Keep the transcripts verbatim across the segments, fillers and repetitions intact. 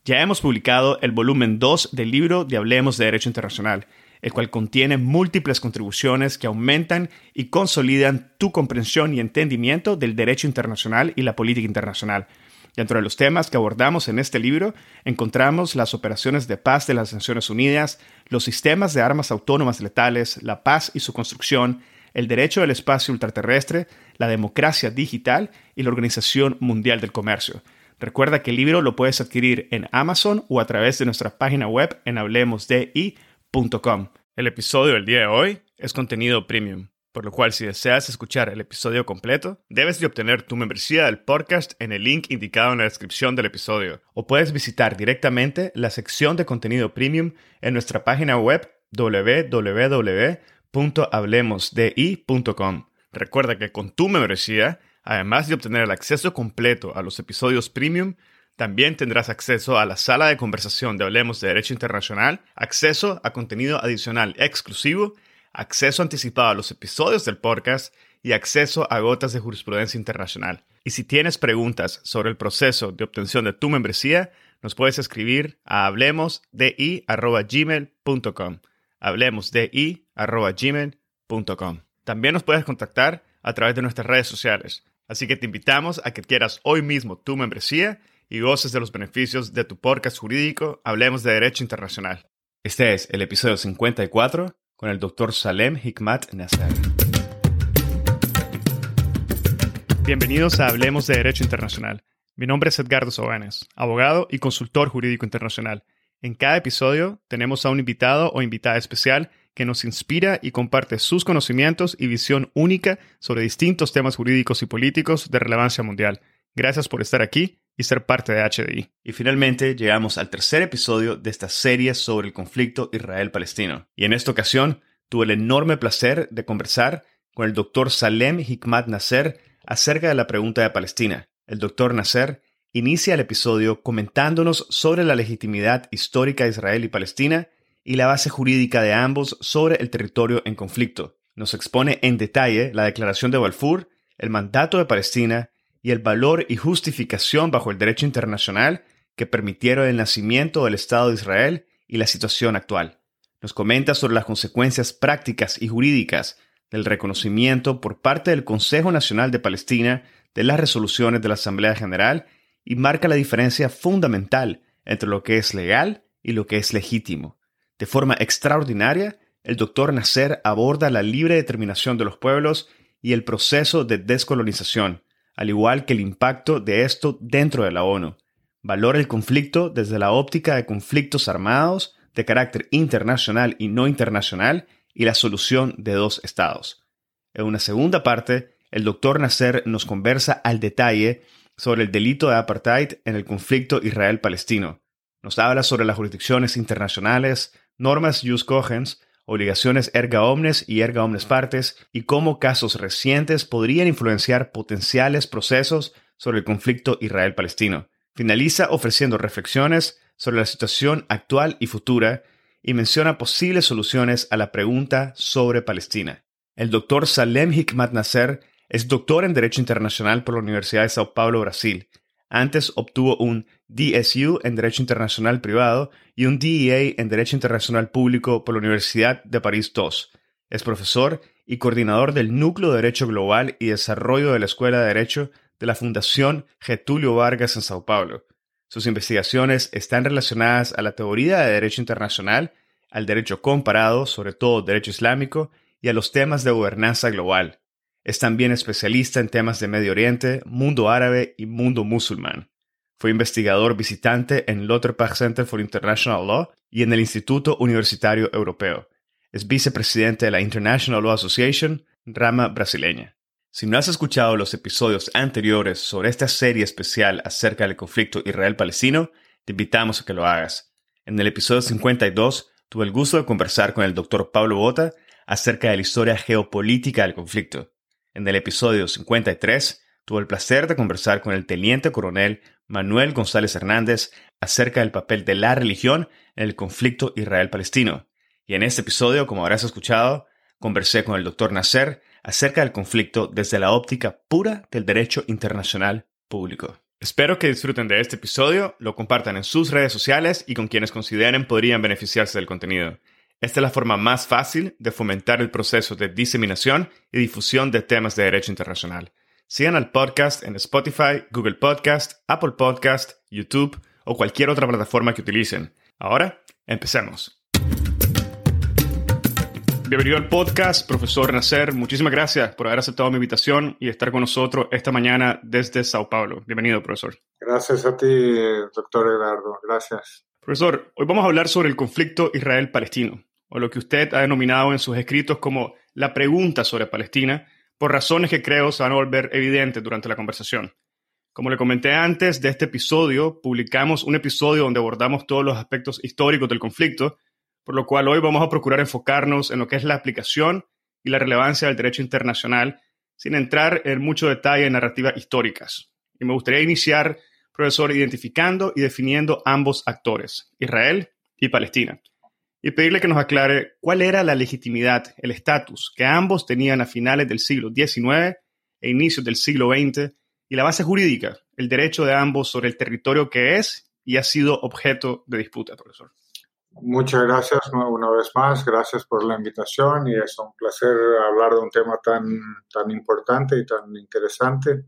Ya hemos publicado el volumen dos del libro de Hablemos de Derecho Internacional, el cual contiene múltiples contribuciones que aumentan y consolidan tu comprensión y entendimiento del derecho internacional y la política internacional. Dentro de los temas que abordamos en este libro, encontramos las operaciones de paz de las Naciones Unidas, los sistemas de armas autónomas letales, la paz y su construcción, el derecho del espacio ultraterrestre, la democracia digital y la Organización Mundial del Comercio. Recuerda que el libro lo puedes adquirir en Amazon o a través de nuestra página web en hablemos d i punto com. El episodio del día de hoy es contenido premium, por lo cual si deseas escuchar el episodio completo, debes de obtener tu membresía del podcast en el link indicado en la descripción del episodio, o puedes visitar directamente la sección de contenido premium en nuestra página web w w w punto hablemos d i punto com. Recuerda que con tu membresía, además de obtener el acceso completo a los episodios premium, también tendrás acceso a la sala de conversación de Hablemos de Derecho Internacional, acceso a contenido adicional exclusivo, acceso anticipado a los episodios del podcast y acceso a gotas de jurisprudencia internacional. Y si tienes preguntas sobre el proceso de obtención de tu membresía, nos puedes escribir a hablemosdi arroba gmail punto com. hablemosdi arroba gmail punto com. También nos puedes contactar a través de nuestras redes sociales. Así que te invitamos a que adquieras hoy mismo tu membresía y goces de los beneficios de tu podcast jurídico Hablemos de Derecho Internacional. Este es el episodio cincuenta y cuatro con el doctor Salem Hikmat Nasser. Bienvenidos a Hablemos de Derecho Internacional. Mi nombre es Edgardo Sobanes, abogado y consultor jurídico internacional. En cada episodio tenemos a un invitado o invitada especial que nos inspira y comparte sus conocimientos y visión única sobre distintos temas jurídicos y políticos de relevancia mundial. Gracias por estar aquí y ser parte de H D I. Y finalmente llegamos al tercer episodio de esta serie sobre el conflicto Israel-Palestino. Y en esta ocasión tuve el enorme placer de conversar con el doctor Salem Hikmat Nasser acerca de la pregunta de Palestina. El doctor Nasser inicia el episodio comentándonos sobre la legitimidad histórica de Israel y Palestina y la base jurídica de ambos sobre el territorio en conflicto. Nos expone en detalle la Declaración de Balfour, el mandato de Palestina y el valor y justificación bajo el derecho internacional que permitieron el nacimiento del Estado de Israel y la situación actual. Nos comenta sobre las consecuencias prácticas y jurídicas del reconocimiento por parte del Consejo Nacional de Palestina de las resoluciones de la Asamblea General y marca la diferencia fundamental entre lo que es legal y lo que es legítimo. De forma extraordinaria, el doctor Nasser aborda la libre determinación de los pueblos y el proceso de descolonización, al igual que el impacto de esto dentro de la ONU. Valora el conflicto desde la óptica de conflictos armados de carácter internacional y no internacional y la solución de dos estados. En una segunda parte, el doctor Nasser nos conversa al detalle sobre el delito de apartheid en el conflicto Israel-Palestino. Nos habla sobre las jurisdicciones internacionales, normas jus cogens, obligaciones erga omnes y erga omnes partes, y cómo casos recientes podrían influenciar potenciales procesos sobre el conflicto Israel-Palestino. Finaliza ofreciendo reflexiones sobre la situación actual y futura y menciona posibles soluciones a la pregunta sobre Palestina. El doctor Salem Hikmat Nasser es doctor en Derecho Internacional por la Universidad de Sao Paulo, Brasil. Antes obtuvo un D S U en Derecho Internacional Privado y un D E A en Derecho Internacional Público por la Universidad de París dos. Es profesor y coordinador del Núcleo de Derecho Global y Desarrollo de la Escuela de Derecho de la Fundación Getúlio Vargas en Sao Paulo. Sus investigaciones están relacionadas a la teoría de derecho internacional, al derecho comparado, sobre todo derecho islámico, y a los temas de gobernanza global. Es también especialista en temas de Medio Oriente, mundo árabe y mundo musulmán. Fue investigador visitante en Lauterbach Center for International Law y en el Instituto Universitario Europeo. Es vicepresidente de la International Law Association, rama brasileña. Si no has escuchado los episodios anteriores sobre esta serie especial acerca del conflicto Israel-Palestino, te invitamos a que lo hagas. En el episodio cincuenta y dos tuve el gusto de conversar con el doctor Pablo Bota acerca de la historia geopolítica del conflicto. En el episodio cincuenta y tres tuve el placer de conversar con el teniente coronel Manuel González Hernández acerca del papel de la religión en el conflicto Israel-Palestino. Y en este episodio, como habrás escuchado, conversé con el doctor Nasser acerca del conflicto desde la óptica pura del derecho internacional público. Espero que disfruten de este episodio, lo compartan en sus redes sociales y con quienes consideren podrían beneficiarse del contenido. Esta es la forma más fácil de fomentar el proceso de diseminación y difusión de temas de derecho internacional. Sigan al podcast en Spotify, Google Podcast, Apple Podcast, YouTube o cualquier otra plataforma que utilicen. Ahora, empecemos. Bienvenido al podcast, profesor Nasser. Muchísimas gracias por haber aceptado mi invitación y estar con nosotros esta mañana desde Sao Paulo. Bienvenido, profesor. Gracias a ti, doctor Eduardo. Gracias. Profesor, hoy vamos a hablar sobre el conflicto Israel-Palestino, o lo que usted ha denominado en sus escritos como la pregunta sobre Palestina, por razones que creo se van a volver evidentes durante la conversación. Como le comenté antes de este episodio, publicamos un episodio donde abordamos todos los aspectos históricos del conflicto, por lo cual hoy vamos a procurar enfocarnos en lo que es la aplicación y la relevancia del derecho internacional, sin entrar en mucho detalle en narrativas históricas. Y me gustaría iniciar, profesor, identificando y definiendo ambos actores, Israel y Palestina, y pedirle que nos aclare cuál era la legitimidad, el estatus que ambos tenían a finales del siglo diecinueve e inicios del siglo veinte, y la base jurídica, el derecho de ambos sobre el territorio que es y ha sido objeto de disputa, profesor. Muchas gracias una vez más, gracias por la invitación y es un placer hablar de un tema tan, tan importante y tan interesante.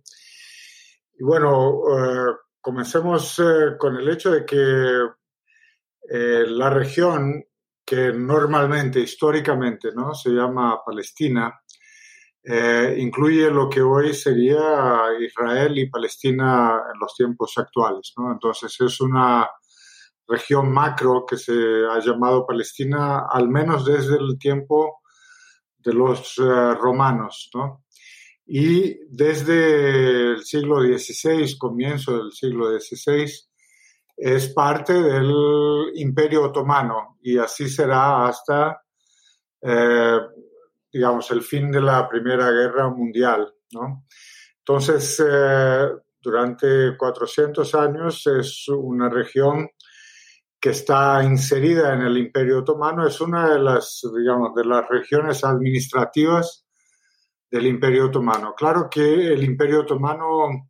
Y bueno, eh, comencemos eh, con el hecho de que eh, la región que normalmente, históricamente, ¿no?, se llama Palestina, eh, incluye lo que hoy sería Israel y Palestina en los tiempos actuales, ¿no? Entonces es una región macro que se ha llamado Palestina al menos desde el tiempo de los uh, romanos, ¿no? Y desde el siglo dieciséis, comienzo del siglo dieciséis, es parte del Imperio Otomano y así será hasta, eh, digamos, el fin de la Primera Guerra Mundial, ¿no? Entonces, eh, durante cuatrocientos años es una región que está inserida en el Imperio Otomano, es una de las, digamos, de las regiones administrativas del Imperio Otomano. Claro que el Imperio Otomano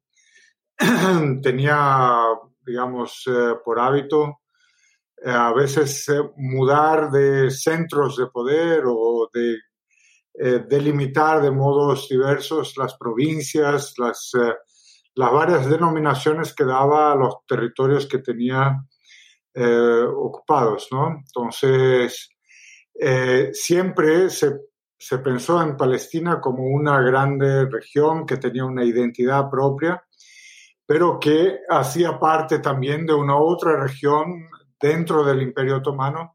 tenía, digamos, eh, por hábito eh, a veces eh, mudar de centros de poder o de eh, delimitar de modos diversos las provincias, las, eh, las varias denominaciones que daba a los territorios que tenía Eh, ocupados, ¿no? Entonces, eh, siempre se, se pensó en Palestina como una grande región que tenía una identidad propia, pero que hacía parte también de una otra región dentro del Imperio Otomano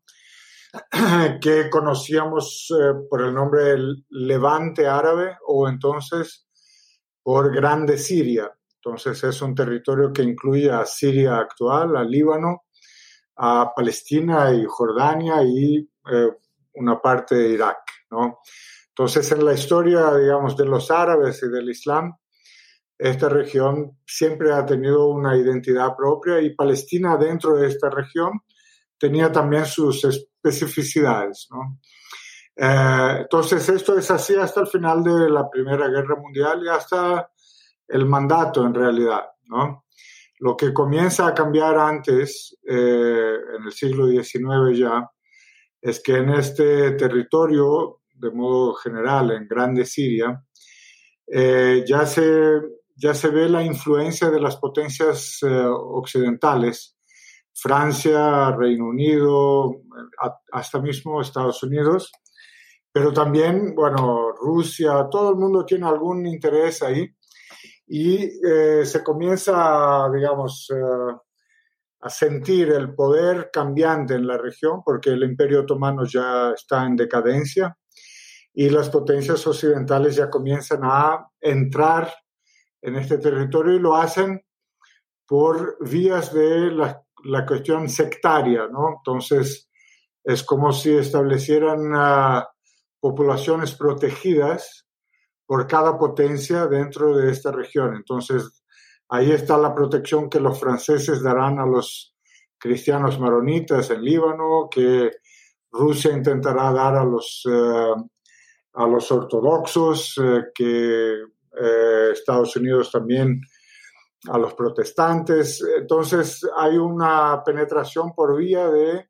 que conocíamos eh, por el nombre del Levante Árabe o entonces por Grande Siria. Entonces, es un territorio que incluye a Siria actual, a Líbano, a Palestina y Jordania y eh, una parte de Irak, ¿no? Entonces, en la historia, digamos, de los árabes y del Islam, esta región siempre ha tenido una identidad propia y Palestina dentro de esta región tenía también sus especificidades, ¿no? Eh, entonces, esto es así hasta el final de la Primera Guerra Mundial y hasta el mandato, en realidad, ¿no? Lo que comienza a cambiar antes, eh, en el siglo diecinueve ya, es que en este territorio, de modo general, en Grande Siria, eh, ya, se, ya se ve la influencia de las potencias eh, occidentales, Francia, Reino Unido, hasta mismo Estados Unidos, pero también, bueno, Rusia, todo el mundo tiene algún interés ahí. Y eh, se comienza, digamos, eh, a sentir el poder cambiante en la región porque el Imperio Otomano ya está en decadencia y las potencias occidentales ya comienzan a entrar en este territorio y lo hacen por vías de la, la cuestión sectaria, ¿no? Entonces, es como si establecieran uh, poblaciones protegidas por cada potencia dentro de esta región. Entonces, ahí está la protección que los franceses darán a los cristianos maronitas en Líbano, que Rusia intentará dar a los, eh, a los ortodoxos, eh, que eh, Estados Unidos también a los protestantes. Entonces hay una penetración por vía de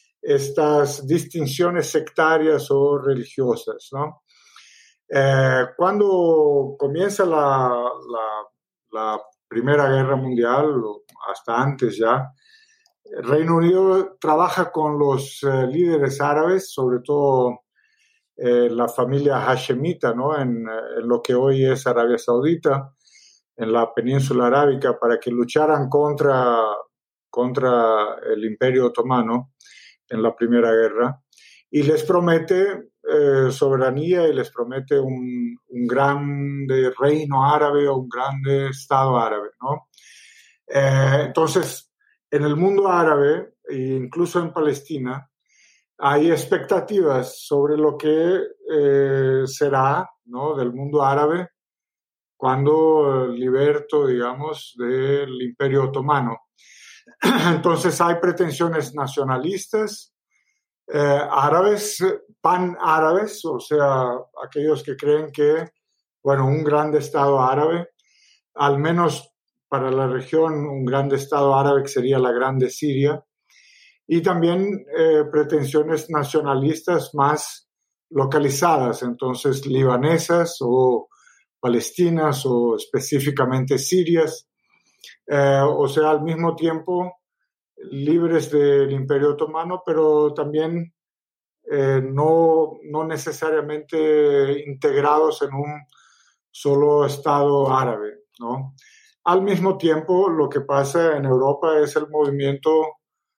estas distinciones sectarias o religiosas, ¿no? Eh, cuando comienza la, la, la Primera Guerra Mundial, o hasta antes ya, el Reino Unido trabaja con los eh, líderes árabes, sobre todo eh, la familia hashemita, ¿no? En, en lo que hoy es Arabia Saudita, en la península arábica, para que lucharan contra, contra el Imperio Otomano en la Primera Guerra, y les promete eh, soberanía y les promete un, un grande reino árabe o un grande Estado árabe, ¿no? Eh, entonces, en el mundo árabe, e incluso en Palestina, hay expectativas sobre lo que eh, será, ¿no?, del mundo árabe cuando liberto, digamos, del Imperio Otomano. Entonces hay pretensiones nacionalistas, eh, árabes, pan-árabes, o sea, aquellos que creen que, bueno, un gran Estado árabe, al menos para la región, un gran Estado árabe que sería la Grande Siria, y también eh, pretensiones nacionalistas más localizadas, entonces libanesas o palestinas o específicamente sirias, eh, o sea, al mismo tiempo libres del Imperio Otomano, pero también eh, no, no necesariamente integrados en un solo Estado árabe, ¿no? Al mismo tiempo, lo que pasa en Europa es el movimiento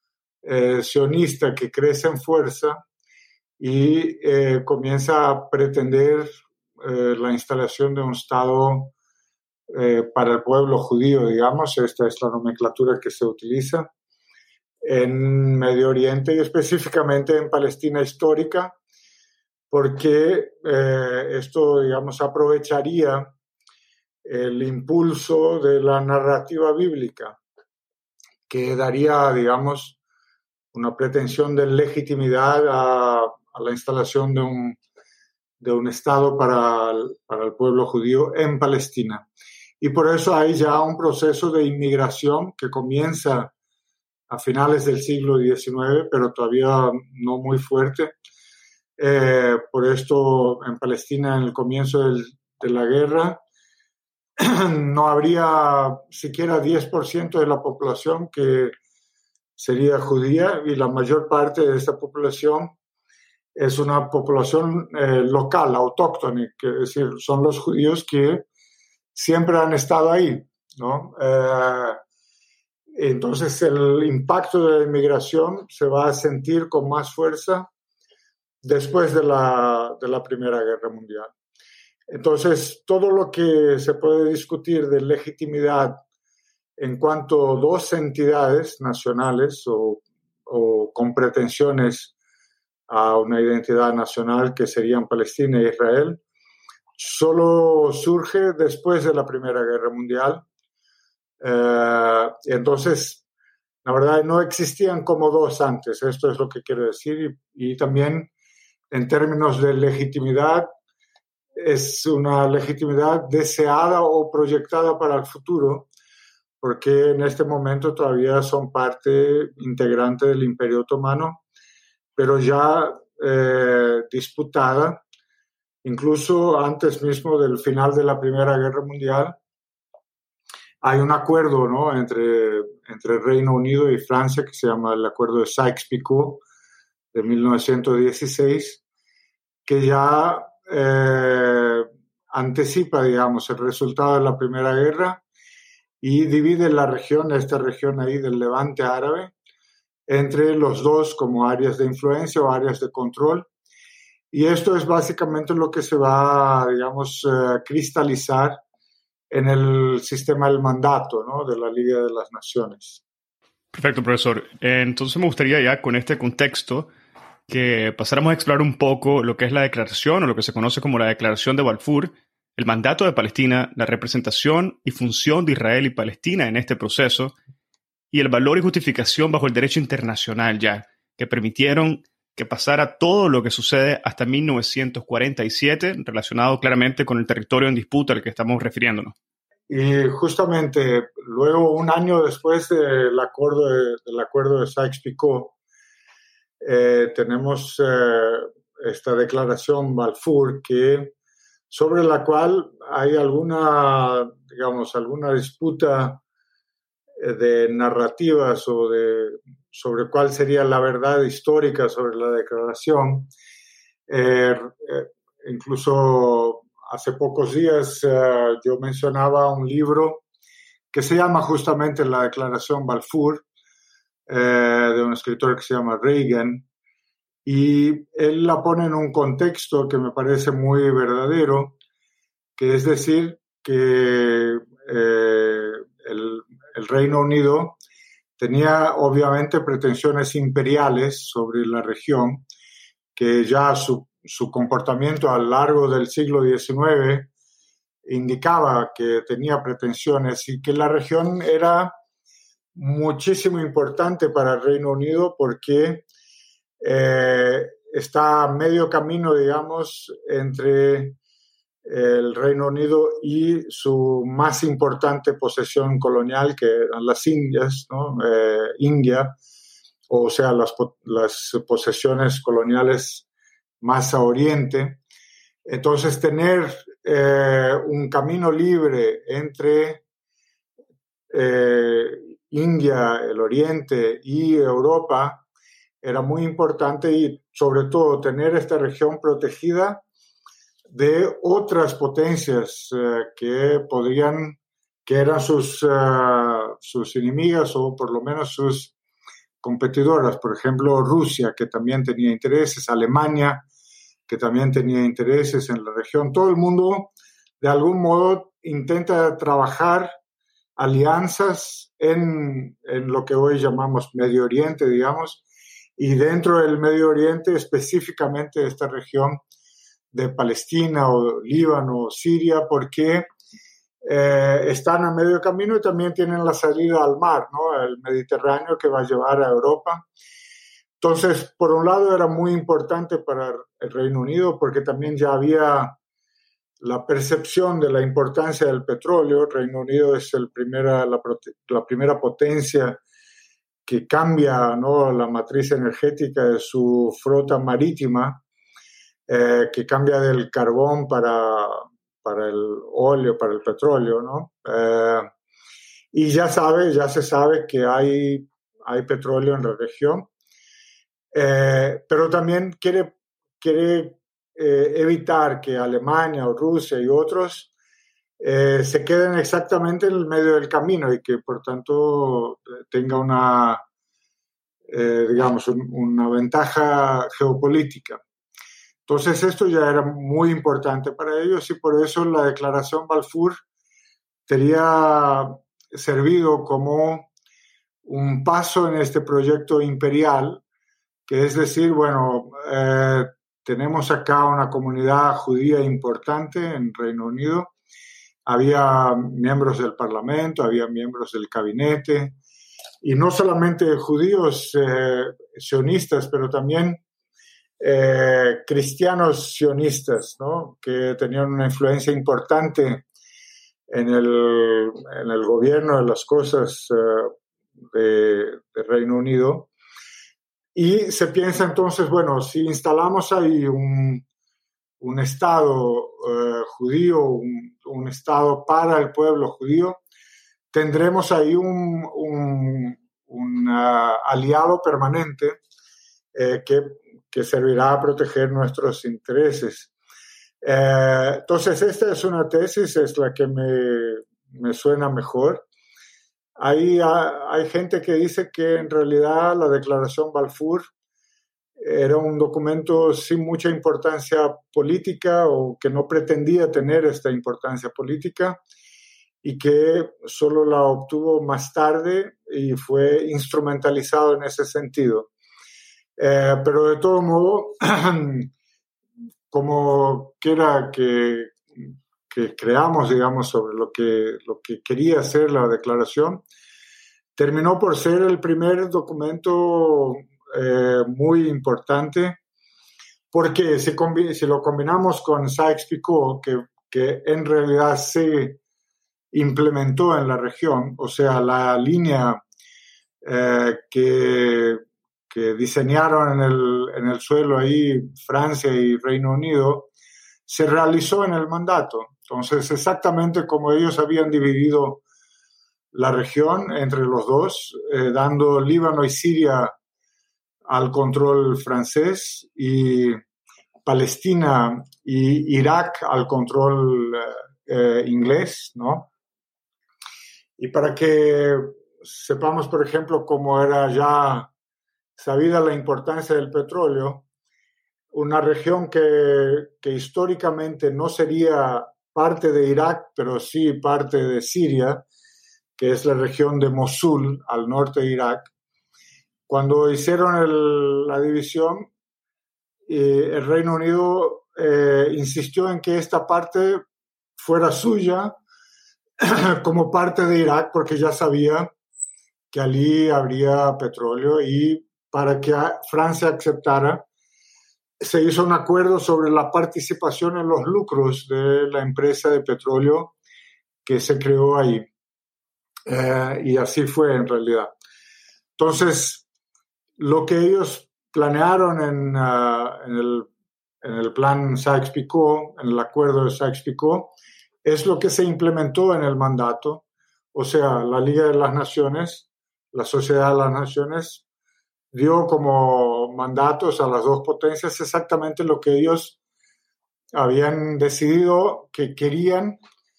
eh, sionista que crece en fuerza y eh, comienza a pretender eh, la instalación de un Estado eh, para el pueblo judío, digamos. Esta es la nomenclatura que se utiliza en Medio Oriente y específicamente en Palestina histórica, porque eh, esto, digamos, aprovecharía el impulso de la narrativa bíblica, que daría, digamos, una pretensión de legitimidad a, a la instalación de un, de un Estado para el, para el pueblo judío en Palestina. Y por eso hay ya un proceso de inmigración que comienza a finales del siglo diecinueve, pero todavía no muy fuerte. Eh, por esto, en Palestina, en el comienzo del, de la guerra, no habría siquiera diez por ciento de la población que sería judía, y la mayor parte de esta población es una población eh, local, autóctona, que es decir, son los judíos que siempre han estado ahí, ¿no? Eh, entonces el impacto de la inmigración se va a sentir con más fuerza después de la, de la Primera Guerra Mundial. Entonces, todo lo que se puede discutir de legitimidad en cuanto a dos entidades nacionales o, o con pretensiones a una identidad nacional que serían Palestina e Israel, solo surge después de la Primera Guerra Mundial. Eh, entonces, la verdad, no existían como dos antes, esto es lo que quiero decir, y, y también en términos de legitimidad, es una legitimidad deseada o proyectada para el futuro, porque en este momento todavía son parte integrante del Imperio Otomano, pero ya eh, disputada, incluso antes mismo del final de la Primera Guerra Mundial. Hay un acuerdo, ¿no?, entre, entre Reino Unido y Francia que se llama el Acuerdo de Sykes-Picot de mil novecientos dieciséis, que ya eh, anticipa, digamos, el resultado de la Primera Guerra y divide la región, esta región ahí del Levante árabe, entre los dos como áreas de influencia o áreas de control. Y esto es básicamente lo que se va, digamos, eh, cristalizar en el sistema del mandato, ¿no?, de la Liga de las Naciones. Perfecto, profesor. Entonces me gustaría ya con este contexto que pasáramos a explorar un poco lo que es la declaración o lo que se conoce como la Declaración de Balfour, el mandato de Palestina, la representación y función de Israel y Palestina en este proceso y el valor y justificación bajo el derecho internacional ya, que permitieron que pasara todo lo que sucede hasta mil novecientos cuarenta y siete relacionado claramente con el territorio en disputa al que estamos refiriéndonos. Y justamente luego, un año después del acuerdo de, del acuerdo de Sykes-Picot, eh, tenemos eh, esta declaración Balfour, que, sobre la cual hay alguna, digamos, alguna disputa de narrativas o de, sobre cuál sería la verdad histórica sobre la declaración. Eh, eh, incluso hace pocos días uh, yo mencionaba un libro que se llama justamente La Declaración Balfour, eh, de un escritor que se llama Reagan, y él la pone en un contexto que me parece muy verdadero, que es decir, que eh, el, el Reino Unido tenía obviamente pretensiones imperiales sobre la región, que ya su, su comportamiento a lo largo del siglo diecinueve indicaba que tenía pretensiones y que la región era muchísimo importante para el Reino Unido porque eh, está a medio camino, digamos, entre el Reino Unido y su más importante posesión colonial, que eran las Indias, ¿no? eh, India, o sea, las, las posesiones coloniales más a oriente. Entonces, tener eh, un camino libre entre eh, India, el Oriente y Europa era muy importante, y sobre todo tener esta región protegida de otras potencias eh, que podrían, que eran sus, uh, sus enemigas o por lo menos sus competidoras. Por ejemplo, Rusia, que también tenía intereses, Alemania, que también tenía intereses en la región. Todo el mundo, de algún modo, intenta trabajar alianzas en, en lo que hoy llamamos Medio Oriente, digamos, y dentro del Medio Oriente, específicamente esta región de Palestina o Líbano o Siria, porque eh, están a medio camino y también tienen la salida al mar, ¿no? El Mediterráneo, que va a llevar a Europa. Entonces, por un lado era muy importante para el Reino Unido porque también ya había la percepción de la importancia del petróleo. El Reino Unido es el primera, la, la primera potencia que cambia, ¿no?, la matriz energética de su flota marítima, eh, que cambia del carbón para, para el óleo, para el petróleo, ¿no? Eh, y ya sabe, ya se sabe que hay, hay petróleo en la región, eh, pero también quiere, quiere eh, evitar que Alemania o Rusia y otros eh, se queden exactamente en el medio del camino y que por tanto tenga una, eh, digamos, un, una ventaja geopolítica. Entonces esto ya era muy importante para ellos y por eso la declaración Balfour tenía servido como un paso en este proyecto imperial, que es decir, bueno, eh, tenemos acá una comunidad judía importante en Reino Unido, había miembros del Parlamento, había miembros del gabinete, y no solamente judíos eh, sionistas, pero también eh, cristianos sionistas, ¿no?, que tenían una influencia importante en el, en el gobierno de las cosas eh, de, de Reino Unido. Y se piensa entonces, bueno, si instalamos ahí un, un Estado eh, judío, un, un Estado para el pueblo judío, tendremos ahí un, un, un uh, aliado permanente eh, que, que servirá a proteger nuestros intereses. Eh, entonces, esta es una tesis, es la que me, me suena mejor. Hay, hay gente que dice que en realidad la declaración Balfour era un documento sin mucha importancia política o que no pretendía tener esta importancia política y que solo la obtuvo más tarde y fue instrumentalizado en ese sentido. Eh, pero de todo modo, como quiera que, que creamos, digamos, sobre lo que, lo que quería hacer la declaración, terminó por ser el primer documento eh, muy importante, porque si, combi- si lo combinamos con Sykes-Picot, que, que en realidad se implementó en la región, o sea, la línea eh, que, que diseñaron en el, en el suelo ahí Francia y Reino Unido, se realizó en el mandato. Entonces, exactamente como ellos habían dividido la región entre los dos, eh, dando Líbano y Siria al control francés y Palestina y Irak al control eh, inglés, ¿no? Y para que sepamos, por ejemplo, cómo era ya sabida la importancia del petróleo, una región que, que históricamente no sería parte de Irak, pero sí parte de Siria, que es la región de Mosul, al norte de Irak. Cuando hicieron el, la división, eh, el Reino Unido eh, insistió en que esta parte fuera suya como parte de Irak, porque ya sabía que allí habría petróleo, y para que Francia aceptara, se hizo un acuerdo sobre la participación en los lucros de la empresa de petróleo que se creó ahí. Eh, y así fue en realidad. Entonces, lo que ellos planearon en, uh, en, el, en el plan Sykes-Picot, en el acuerdo de Sykes-Picot, es lo que se implementó en el mandato. O sea, la Liga de las Naciones, la Sociedad de las Naciones, dio como mandatos a las dos potencias exactamente lo que ellos habían decidido que querían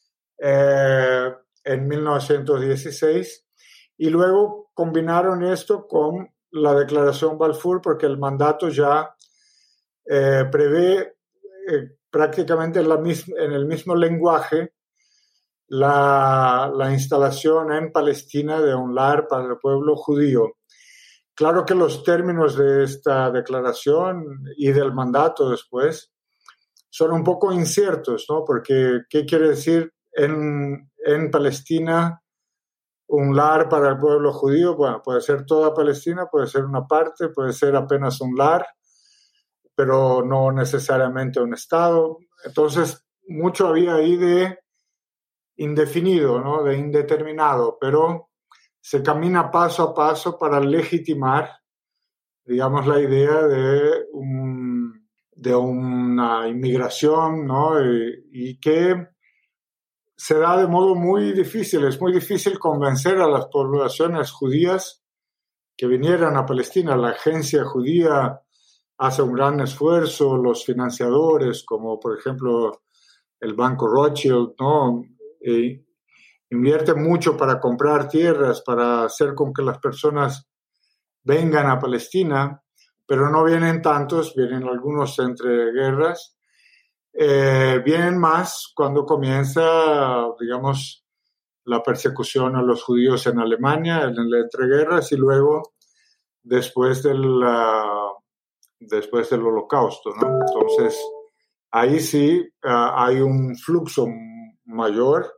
eh, en mil novecientos dieciséis, y luego combinaron esto con la Declaración Balfour, porque el mandato ya eh, prevé eh, prácticamente en, la mis- en el mismo lenguaje la, la instalación en Palestina de un lar para el pueblo judío. Claro que los términos de esta declaración y del mandato después son un poco inciertos, ¿no? Porque, ¿qué quiere decir en, en Palestina un lar para el pueblo judío? Bueno, puede ser toda Palestina, puede ser una parte, puede ser apenas un lar, pero no necesariamente un estado. Entonces, mucho había ahí de indefinido, ¿no? De indeterminado, pero se camina paso a paso para legitimar, digamos, la idea de, un, de una inmigración, ¿no? Y, y que se da de modo muy difícil. Es muy difícil convencer a las poblaciones judías que vinieran a Palestina. La agencia judía hace un gran esfuerzo, los financiadores, como por ejemplo el Banco Rothschild, ¿no? E invierte mucho para comprar tierras, para hacer con que las personas vengan a Palestina, pero no vienen tantos, vienen algunos entre guerras. Eh, vienen más cuando comienza, digamos, la persecución a los judíos en Alemania, en la entreguerras, y luego después del, uh, después del Holocausto, ¿no? Entonces, ahí sí uh, hay un flujo mayor.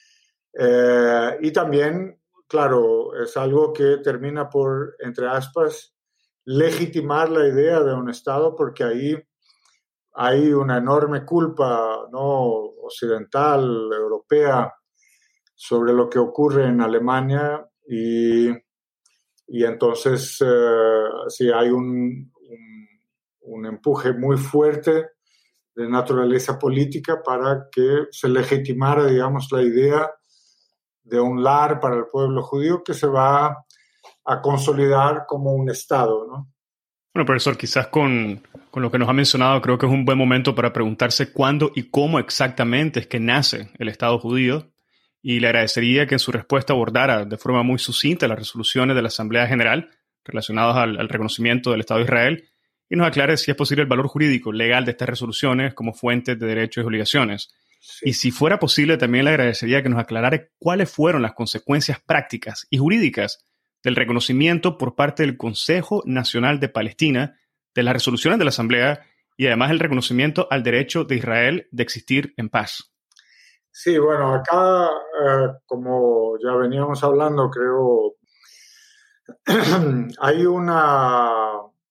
Eh, y también, claro, es algo que termina por, entre aspas, legitimar la idea de un Estado, porque ahí hay una enorme culpa, ¿no? Occidental, europea, sobre lo que ocurre en Alemania, y, y entonces eh, sí hay un, un, un empuje muy fuerte de naturaleza política para que se legitimara, digamos, la idea de un lar para el pueblo judío que se va a consolidar como un Estado, ¿no? Bueno, profesor, quizás con, con lo que nos ha mencionado, creo que es un buen momento para preguntarse cuándo y cómo exactamente es que nace el Estado judío, y le agradecería que en su respuesta abordara de forma muy sucinta las resoluciones de la Asamblea General relacionadas al, al reconocimiento del Estado de Israel, y nos aclare si es posible el valor jurídico legal de estas resoluciones como fuentes de derechos y obligaciones. Sí. Y si fuera posible, también le agradecería que nos aclarara cuáles fueron las consecuencias prácticas y jurídicas del reconocimiento por parte del Consejo Nacional de Palestina de las resoluciones de la Asamblea, y además el reconocimiento al derecho de Israel de existir en paz. Sí, bueno, acá, eh, como ya veníamos hablando, creo, hay una,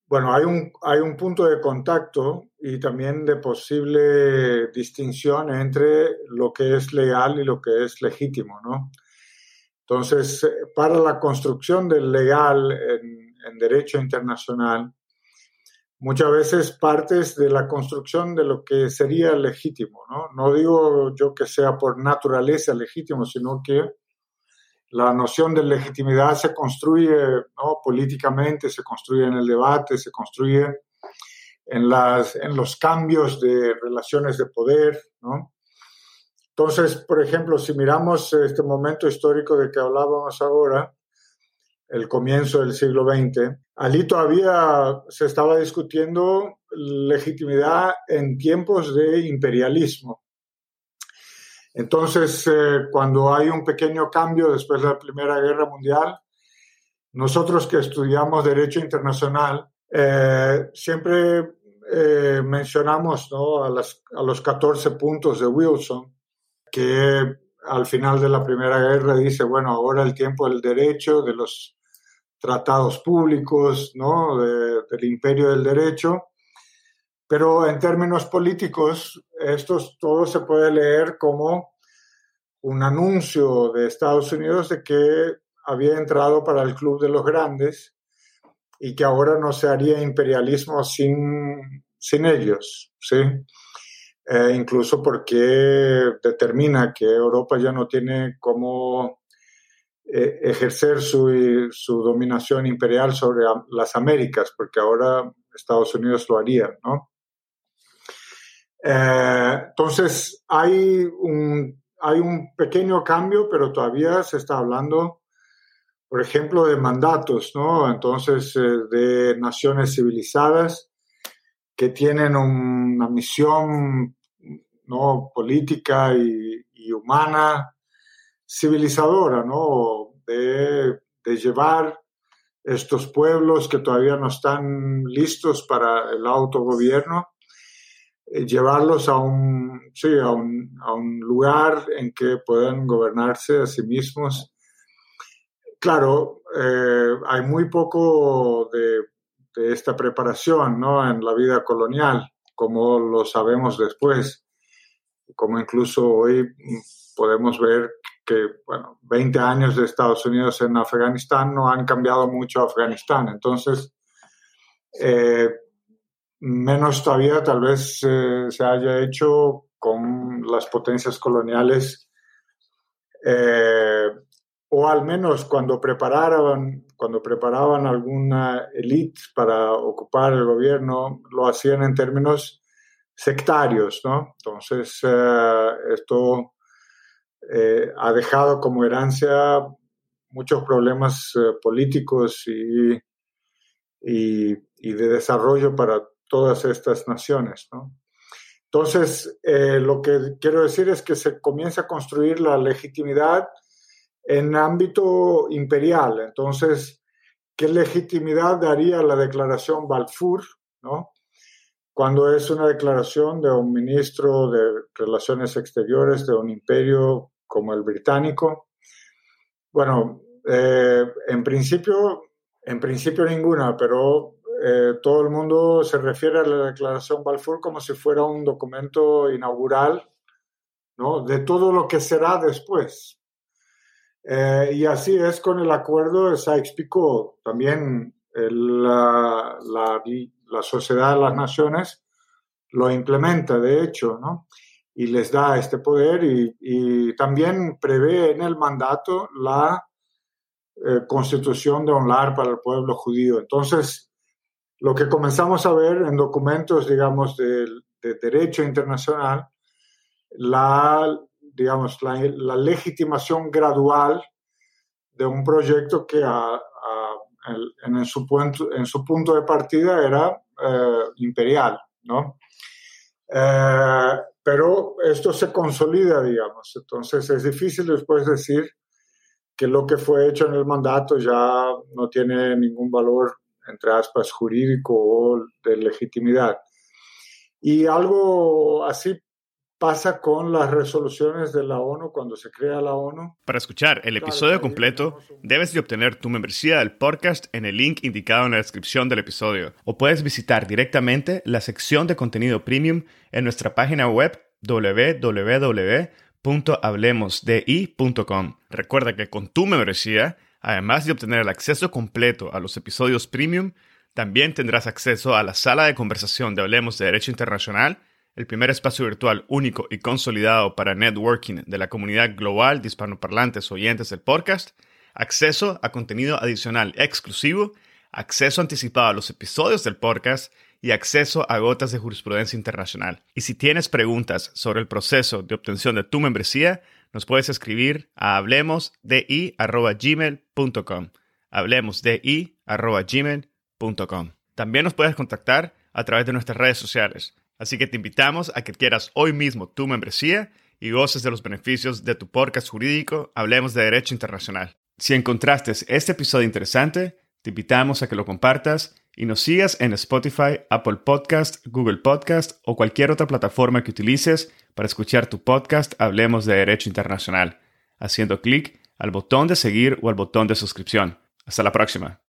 Bueno, hay un, hay un punto de contacto y también de posible distinción entre lo que es legal y lo que es legítimo, ¿no? Entonces, para la construcción del legal en, en derecho internacional, muchas veces partes de la construcción de lo que sería legítimo, ¿no? No digo yo que sea por naturaleza legítimo, sino que la noción de legitimidad se construye, ¿no?, políticamente, se construye en el debate, se construye en, las, en los cambios de relaciones de poder, ¿no? Entonces, por ejemplo, si miramos este momento histórico de que hablábamos ahora, el comienzo del siglo veinte, allí todavía se estaba discutiendo legitimidad en tiempos de imperialismo. Entonces, eh, cuando hay un pequeño cambio después de la Primera Guerra Mundial, nosotros que estudiamos Derecho Internacional, eh, siempre eh, mencionamos, ¿no?, a, las, a los catorce puntos de Wilson, que al final de la Primera Guerra dice, bueno, ahora el tiempo del derecho, de los tratados públicos, ¿no?, de, del imperio del derecho. Pero en términos políticos, esto todo se puede leer como un anuncio de Estados Unidos de que había entrado para el club de los grandes y que ahora no se haría imperialismo sin, sin ellos, ¿sí? Eh, incluso porque determina que Europa ya no tiene cómo eh, ejercer su, su dominación imperial sobre las Américas, porque ahora Estados Unidos lo haría, ¿no? Eh, entonces, hay un, hay un pequeño cambio, pero todavía se está hablando, por ejemplo, de mandatos, ¿no? Entonces, eh, de naciones civilizadas que tienen una misión, ¿no?, política y, y humana, civilizadora, ¿no?, de, de llevar estos pueblos que todavía no están listos para el autogobierno, llevarlos a un, sí, a un, a un lugar en que puedan gobernarse a sí mismos. Claro, eh, hay muy poco de, de esta preparación, ¿no?, en la vida colonial, como lo sabemos después, como incluso hoy podemos ver que, bueno, veinte años de Estados Unidos en Afganistán no han cambiado mucho a Afganistán. Entonces, eh, menos todavía tal vez eh, se haya hecho con las potencias coloniales, eh, o al menos cuando preparaban, cuando preparaban alguna élite para ocupar el gobierno, lo hacían en términos sectarios, ¿no? Entonces, eh, esto eh, ha dejado como herencia muchos problemas eh, políticos y, y, y de desarrollo para todas estas naciones, ¿no? Entonces, eh, lo que quiero decir es que se comienza a construir la legitimidad en ámbito imperial. Entonces, ¿qué legitimidad daría la declaración Balfour, ¿no?, cuando es una declaración de un ministro de Relaciones Exteriores de un imperio como el británico? Bueno, eh, en principio, en principio ninguna, pero eh, todo el mundo se refiere a la declaración Balfour como si fuera un documento inaugural, ¿no?, de todo lo que será después. Eh, y así es con el acuerdo de Sykes-Picot. También el, la, la, la Sociedad de las Naciones lo implementa, de hecho, ¿no?, y les da este poder y, y también prevé en el mandato la eh, constitución de un lar para el pueblo judío. Entonces, lo que comenzamos a ver en documentos, digamos, de, de derecho internacional, la, digamos, la, la legitimación gradual de un proyecto que a, a, en, en, su punto, en su punto de partida era eh, imperial, ¿no? Eh, pero esto se consolida, digamos. Entonces es difícil después decir que lo que fue hecho en el mandato ya no tiene ningún valor, entre aspas, jurídico o de legitimidad. Y algo así pasa con las resoluciones de la ONU cuando se crea la ONU. Para escuchar el episodio completo, debes de obtener tu membresía del podcast en el link indicado en la descripción del episodio, o puedes visitar directamente la sección de contenido premium en nuestra página web doble u doble u doble u punto hablemos d i punto com. Recuerda que con tu membresía, además de obtener el acceso completo a los episodios premium, también tendrás acceso a la sala de conversación de Hablemos de Derecho Internacional, el primer espacio virtual único y consolidado para networking de la comunidad global de hispanoparlantes oyentes del podcast, acceso a contenido adicional exclusivo, acceso anticipado a los episodios del podcast y acceso a gotas de jurisprudencia internacional. Y si tienes preguntas sobre el proceso de obtención de tu membresía, nos puedes escribir a hablemosdi arroba gmail punto com. hablemosdi arroba gmail punto com. También nos puedes contactar a través de nuestras redes sociales. Así que te invitamos a que adquieras hoy mismo tu membresía y goces de los beneficios de tu podcast jurídico Hablemos de Derecho Internacional. Si encontraste este episodio interesante, te invitamos a que lo compartas y nos sigas en Spotify, Apple Podcast, Google Podcast o cualquier otra plataforma que utilices para escuchar tu podcast Hablemos de Derecho Internacional, haciendo clic al botón de seguir o al botón de suscripción. Hasta la próxima.